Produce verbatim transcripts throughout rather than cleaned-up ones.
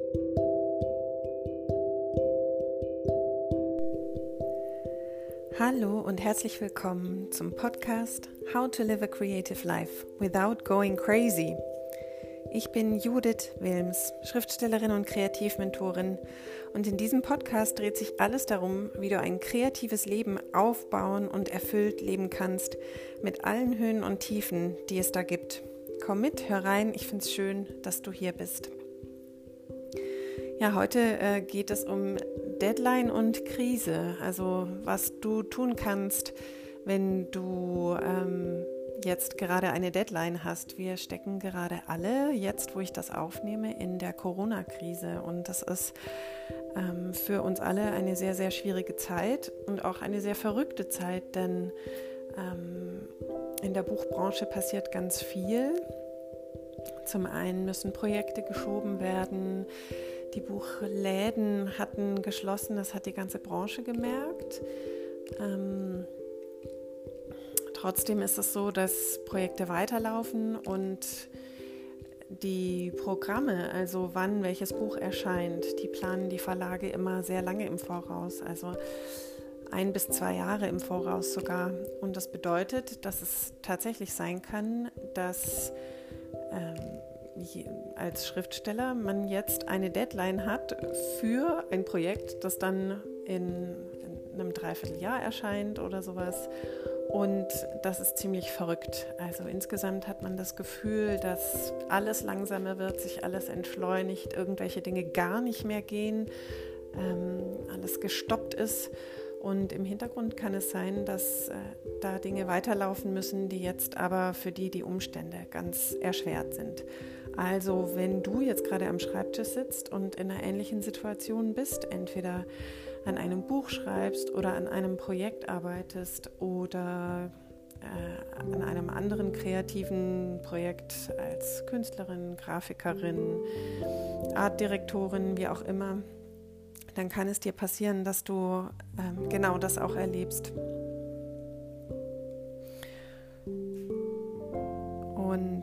Hallo und herzlich willkommen zum Podcast How to Live a Creative Life Without Going Crazy. Ich bin Judith Wilms, Schriftstellerin und Kreativmentorin, und in diesem Podcast dreht sich alles darum, wie du ein kreatives Leben aufbauen und erfüllt leben kannst, mit allen Höhen und Tiefen, die es da gibt. Komm mit, hör rein, ich finde es schön, dass du hier bist. Ja, heute äh, geht es um Deadline und Krise, also was du tun kannst, wenn du ähm, jetzt gerade eine Deadline hast. Wir stecken gerade alle, jetzt wo ich das aufnehme, in der Corona-Krise, und das ist ähm, für uns alle eine sehr, sehr schwierige Zeit und auch eine sehr verrückte Zeit, denn ähm, in der Buchbranche passiert ganz viel. Zum einen müssen Projekte geschoben werden. Die Buchläden hatten geschlossen, das hat die ganze Branche gemerkt. Ähm, trotzdem ist es so, dass Projekte weiterlaufen und die Programme, also wann welches Buch erscheint, die planen die Verlage immer sehr lange im Voraus, also ein bis zwei Jahre im Voraus sogar. Und das bedeutet, dass es tatsächlich sein kann, dass ähm, als Schriftsteller man jetzt eine Deadline hat für ein Projekt, das dann in, in einem Dreivierteljahr erscheint oder sowas. Und das ist ziemlich verrückt. Also insgesamt hat man das Gefühl, dass alles langsamer wird, sich alles entschleunigt, irgendwelche Dinge gar nicht mehr gehen, ähm, alles gestoppt ist. Und im Hintergrund kann es sein, dass äh, da Dinge weiterlaufen müssen, die jetzt aber für die die Umstände ganz erschwert sind. Also wenn du jetzt gerade am Schreibtisch sitzt und in einer ähnlichen Situation bist, entweder an einem Buch schreibst oder an einem Projekt arbeitest oder äh, an einem anderen kreativen Projekt als Künstlerin, Grafikerin, Artdirektorin, wie auch immer, dann kann es dir passieren, dass du ähm, genau das auch erlebst. Und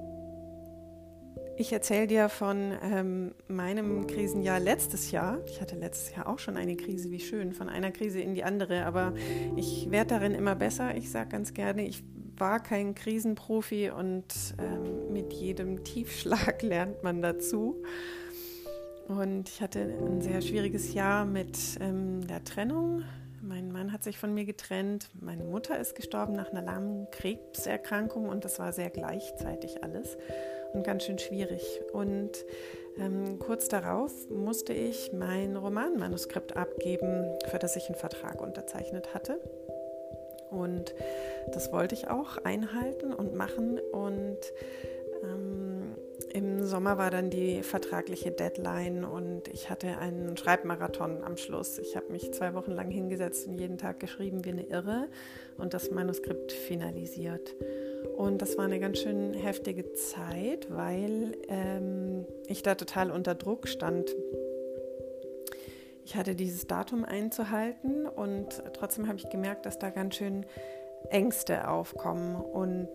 ich erzähle dir von ähm, meinem Krisenjahr letztes Jahr. Ich hatte letztes Jahr auch schon eine Krise, wie schön, von einer Krise in die andere, aber ich werde darin immer besser. Ich sage ganz gerne, ich war kein Krisenprofi, und ähm, mit jedem Tiefschlag lernt man dazu. Und ich hatte ein sehr schwieriges Jahr mit ähm, der Trennung. Mein Mann hat sich von mir getrennt. Meine Mutter ist gestorben nach einer langen Krebserkrankung, und das war sehr gleichzeitig alles und ganz schön schwierig. Und ähm, kurz darauf musste ich mein Romanmanuskript abgeben, für das ich einen Vertrag unterzeichnet hatte. Und das wollte ich auch einhalten und machen. Und ähm, im Sommer war dann die vertragliche Deadline, und ich hatte einen Schreibmarathon am Schluss. Ich habe mich zwei Wochen lang hingesetzt und jeden Tag geschrieben wie eine Irre und das Manuskript finalisiert. Und das war eine ganz schön heftige Zeit, weil ähm, ich da total unter Druck stand. Ich hatte dieses Datum einzuhalten, und trotzdem habe ich gemerkt, dass da ganz schön Ängste aufkommen. Und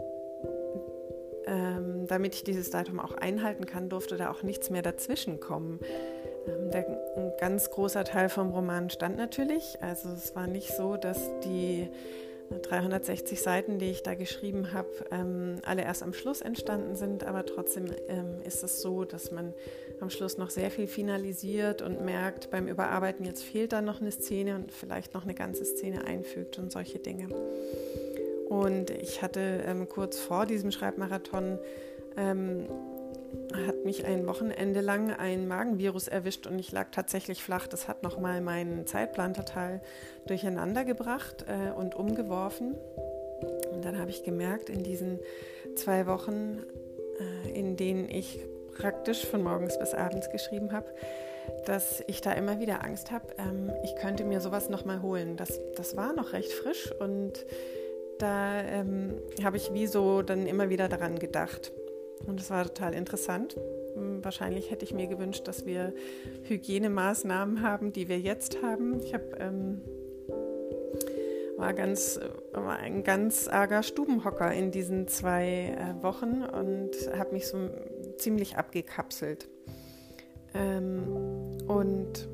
ähm, damit ich dieses Datum auch einhalten kann, durfte da auch nichts mehr dazwischen kommen. Ähm, der, ein ganz großer Teil vom Roman stand natürlich. Also es war nicht so, dass die dreihundertsechzig Seiten, die ich da geschrieben habe, ähm, alle erst am Schluss entstanden sind, aber trotzdem ähm, ist es so, dass man am Schluss noch sehr viel finalisiert und merkt, beim Überarbeiten, jetzt fehlt da noch eine Szene und vielleicht noch eine ganze Szene einfügt und solche Dinge. Und ich hatte ähm, kurz vor diesem Schreibmarathon ähm, hat mich ein Wochenende lang ein Magenvirus erwischt, und ich lag tatsächlich flach. Das hat nochmal meinen Zeitplan total durcheinander gebracht äh, und umgeworfen. Und dann habe ich gemerkt, in diesen zwei Wochen, äh, in denen ich praktisch von morgens bis abends geschrieben habe, dass ich da immer wieder Angst habe, ähm, ich könnte mir sowas nochmal holen. Das, das war noch recht frisch, und da ähm, habe ich wie so dann immer wieder daran gedacht. Und es war total interessant. Wahrscheinlich hätte ich mir gewünscht, dass wir Hygienemaßnahmen haben, die wir jetzt haben. Ich habe ähm, war ganz war ein ganz arger Stubenhocker in diesen zwei äh, Wochen und habe mich so ziemlich abgekapselt. Ähm, und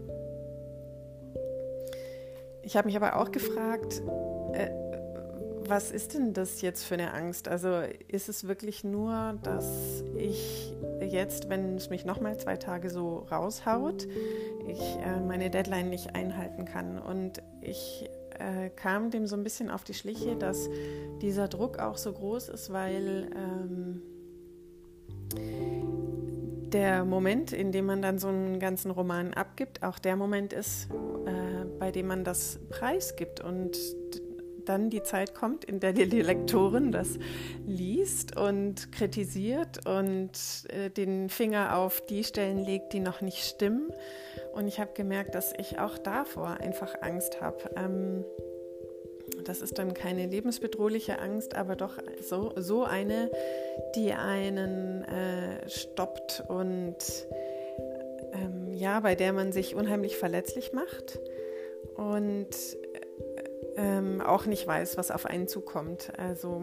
ich habe mich aber auch gefragt, äh, was ist denn das jetzt für eine Angst? Also ist es wirklich nur, dass ich jetzt, wenn es mich nochmal zwei Tage so raushaut, ich äh, meine Deadline nicht einhalten kann? Und ich äh, kam dem so ein bisschen auf die Schliche, dass dieser Druck auch so groß ist, weil ähm, der Moment, in dem man dann so einen ganzen Roman abgibt, auch der Moment ist, äh, bei dem man das preisgibt und dann die Zeit kommt, in der die Lektorin das liest und kritisiert und äh, den Finger auf die Stellen legt, die noch nicht stimmen. Und ich habe gemerkt, dass ich auch davor einfach Angst habe. Ähm, das ist dann keine lebensbedrohliche Angst, aber doch so, so eine, die einen äh, stoppt und ähm, ja, bei der man sich unheimlich verletzlich macht und Ähm, auch nicht weiß, was auf einen zukommt. Also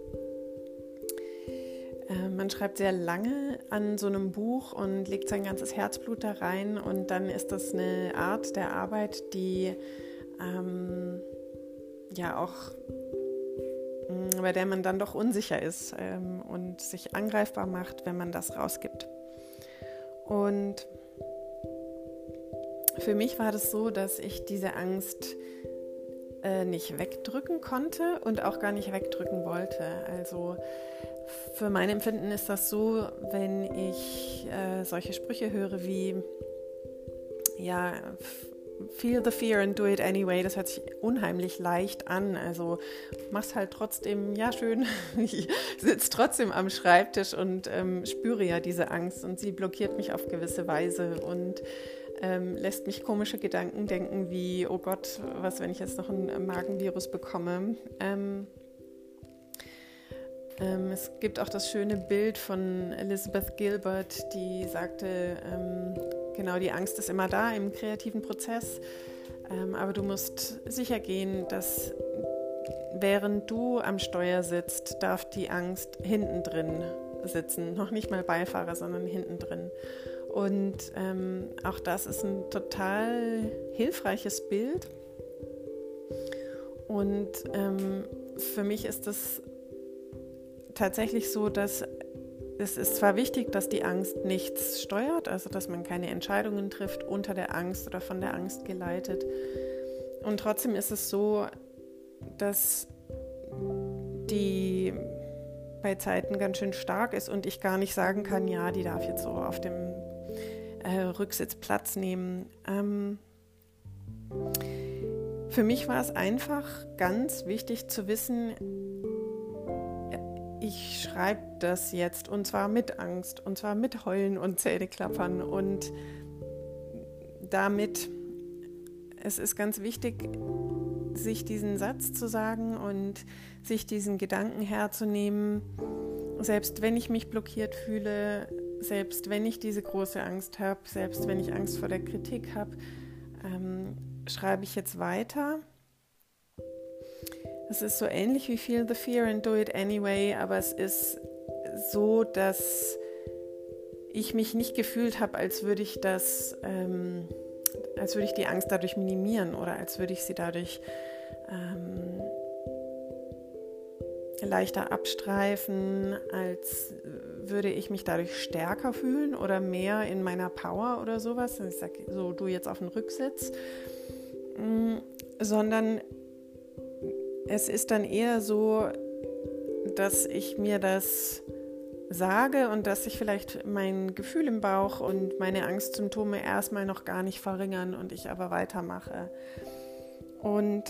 äh, man schreibt sehr lange an so einem Buch und legt sein ganzes Herzblut da rein und dann ist das eine Art der Arbeit, die ähm, ja auch mh, bei der man dann doch unsicher ist ähm, und sich angreifbar macht, wenn man das rausgibt. Und für mich war das so, dass ich diese Angst nicht wegdrücken konnte und auch gar nicht wegdrücken wollte. Also für mein Empfinden ist das so, wenn ich äh, solche Sprüche höre wie ja, feel the fear and do it anyway, das hört sich unheimlich leicht an. Also mach's halt trotzdem, ja schön, ich sitze trotzdem am Schreibtisch und ähm, spüre ja diese Angst und sie blockiert mich auf gewisse Weise und Ähm, lässt mich komische Gedanken denken wie, oh Gott, was, wenn ich jetzt noch ein Magenvirus bekomme. Ähm, ähm, es gibt auch das schöne Bild von Elizabeth Gilbert, die sagte, ähm, genau, die Angst ist immer da im kreativen Prozess, ähm, aber du musst sicher gehen, dass während du am Steuer sitzt, darf die Angst hinten drin sitzen, noch nicht mal Beifahrer, sondern hinten drin. Und ähm, auch das ist ein total hilfreiches Bild. Und ähm, für mich ist es tatsächlich so, dass es ist zwar wichtig, dass die Angst nichts steuert, also dass man keine Entscheidungen trifft unter der Angst oder von der Angst geleitet. Und trotzdem ist es so, dass die bei Zeiten ganz schön stark ist und ich gar nicht sagen kann, ja, die darf jetzt so auf dem Äh, Rücksitz Platz nehmen. Ähm, für mich war es einfach ganz wichtig zu wissen, ich schreibe das jetzt und zwar mit Angst und zwar mit Heulen und Zähneklappern und damit, es ist ganz wichtig, sich diesen Satz zu sagen und sich diesen Gedanken herzunehmen, selbst wenn ich mich blockiert fühle, selbst wenn ich diese große Angst habe, selbst wenn ich Angst vor der Kritik habe, ähm, schreibe ich jetzt weiter. Es ist so ähnlich wie Feel the Fear and Do It Anyway, aber es ist so, dass ich mich nicht gefühlt habe, als würde ich das, ähm, als würde ich die Angst dadurch minimieren oder als würde ich sie dadurch ähm, leichter abstreifen, als würde ich mich dadurch stärker fühlen oder mehr in meiner Power oder sowas. Ich sage so, du jetzt auf den Rücksitz. Sondern es ist dann eher so, dass ich mir das sage und dass sich vielleicht mein Gefühl im Bauch und meine Angstsymptome erstmal noch gar nicht verringern und ich aber weitermache. Und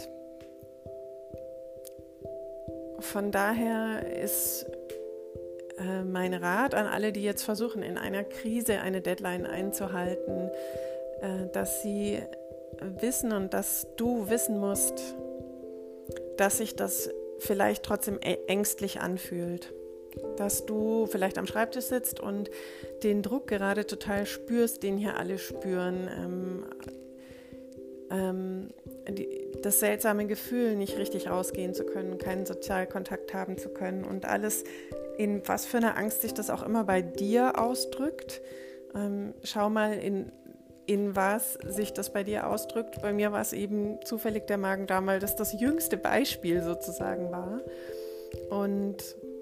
von daher ist äh, mein Rat an alle, die jetzt versuchen, in einer Krise eine Deadline einzuhalten, äh, dass sie wissen und dass du wissen musst, dass sich das vielleicht trotzdem ängstlich anfühlt. Dass du vielleicht am Schreibtisch sitzt und den Druck gerade total spürst, den hier alle spüren. Ähm, ähm, die, das seltsame Gefühl, nicht richtig rausgehen zu können, keinen Sozialkontakt haben zu können und alles, in was für einer Angst sich das auch immer bei dir ausdrückt. Ähm, schau mal, in, in was sich das bei dir ausdrückt. Bei mir war es eben zufällig der Magen-Darm, weil das das jüngste Beispiel sozusagen war. Und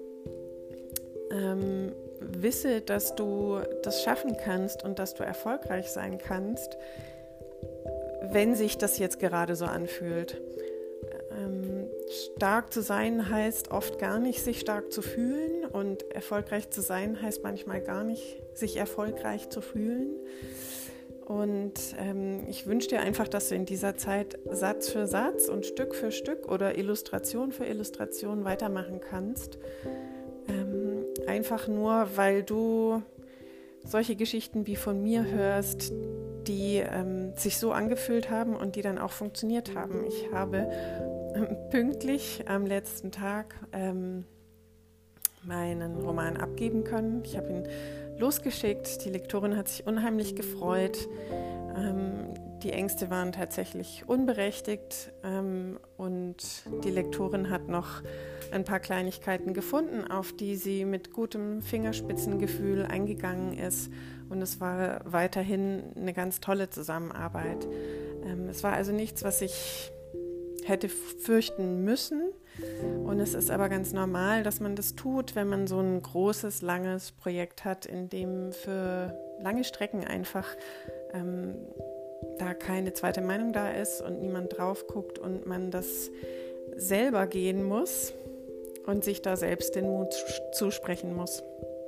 ähm, wisse, dass du das schaffen kannst und dass du erfolgreich sein kannst, wenn sich das jetzt gerade so anfühlt. Ähm, stark zu sein heißt oft gar nicht, sich stark zu fühlen, und erfolgreich zu sein heißt manchmal gar nicht, sich erfolgreich zu fühlen. Und ähm, ich wünsche dir einfach, dass du in dieser Zeit Satz für Satz und Stück für Stück oder Illustration für Illustration weitermachen kannst. Ähm, einfach nur, weil du solche Geschichten wie von mir hörst, die ähm, sich so angefühlt haben und die dann auch funktioniert haben. Ich habe ähm, pünktlich am letzten Tag ähm, meinen Roman abgeben können. Ich habe ihn losgeschickt. Die Lektorin hat sich unheimlich gefreut. Ähm, die Ängste waren tatsächlich unberechtigt, ähm, und die Lektorin hat noch ein paar Kleinigkeiten gefunden, auf die sie mit gutem Fingerspitzengefühl eingegangen ist, und es war weiterhin eine ganz tolle Zusammenarbeit. Ähm, es war also nichts, was ich hätte fürchten müssen, und es ist aber ganz normal, dass man das tut, wenn man so ein großes, langes Projekt hat, in dem für lange Strecken einfach ähm, da keine zweite Meinung da ist und niemand drauf guckt und man das selber gehen muss und sich da selbst den Mut zusprechen muss.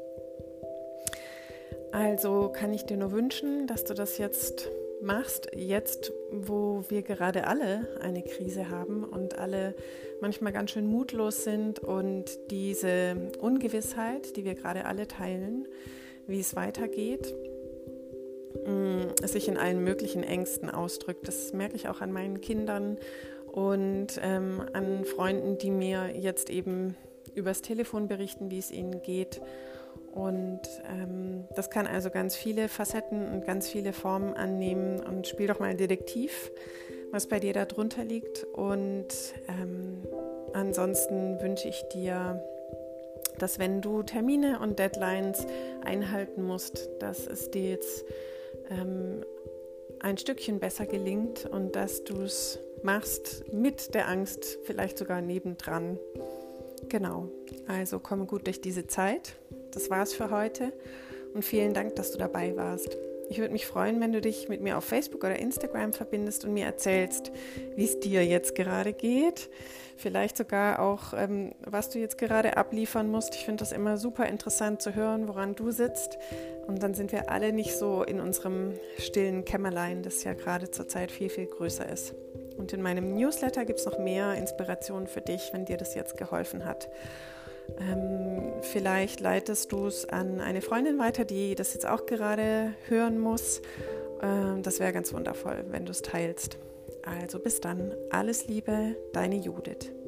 Also kann ich dir nur wünschen, dass du das jetzt machst, jetzt wo wir gerade alle eine Krise haben und alle manchmal ganz schön mutlos sind und diese Ungewissheit, die wir gerade alle teilen, wie es weitergeht, sich in allen möglichen Ängsten ausdrückt. Das merke ich auch an meinen Kindern und ähm, an Freunden, die mir jetzt eben übers Telefon berichten, wie es ihnen geht. Und ähm, das kann also ganz viele Facetten und ganz viele Formen annehmen. Und spiel doch mal Detektiv, was bei dir da drunter liegt. Und ähm, ansonsten wünsche ich dir, dass, wenn du Termine und Deadlines einhalten musst, dass es dir jetzt ähm, ein Stückchen besser gelingt und dass du es machst mit der Angst, vielleicht sogar nebendran. Genau, also komme gut durch diese Zeit. Das war's für heute und vielen Dank, dass du dabei warst. Ich würde mich freuen, wenn du dich mit mir auf Facebook oder Instagram verbindest und mir erzählst, wie es dir jetzt gerade geht. Vielleicht sogar auch, ähm, was du jetzt gerade abliefern musst. Ich finde das immer super interessant zu hören, woran du sitzt. Und dann sind wir alle nicht so in unserem stillen Kämmerlein, das ja gerade zurzeit viel, viel größer ist. Und in meinem Newsletter gibt es noch mehr Inspirationen für dich, wenn dir das jetzt geholfen hat. Ähm, vielleicht leitest du es an eine Freundin weiter, die das jetzt auch gerade hören muss. Ähm, das wäre ganz wundervoll, wenn du es teilst. Also bis dann, alles Liebe, deine Judith.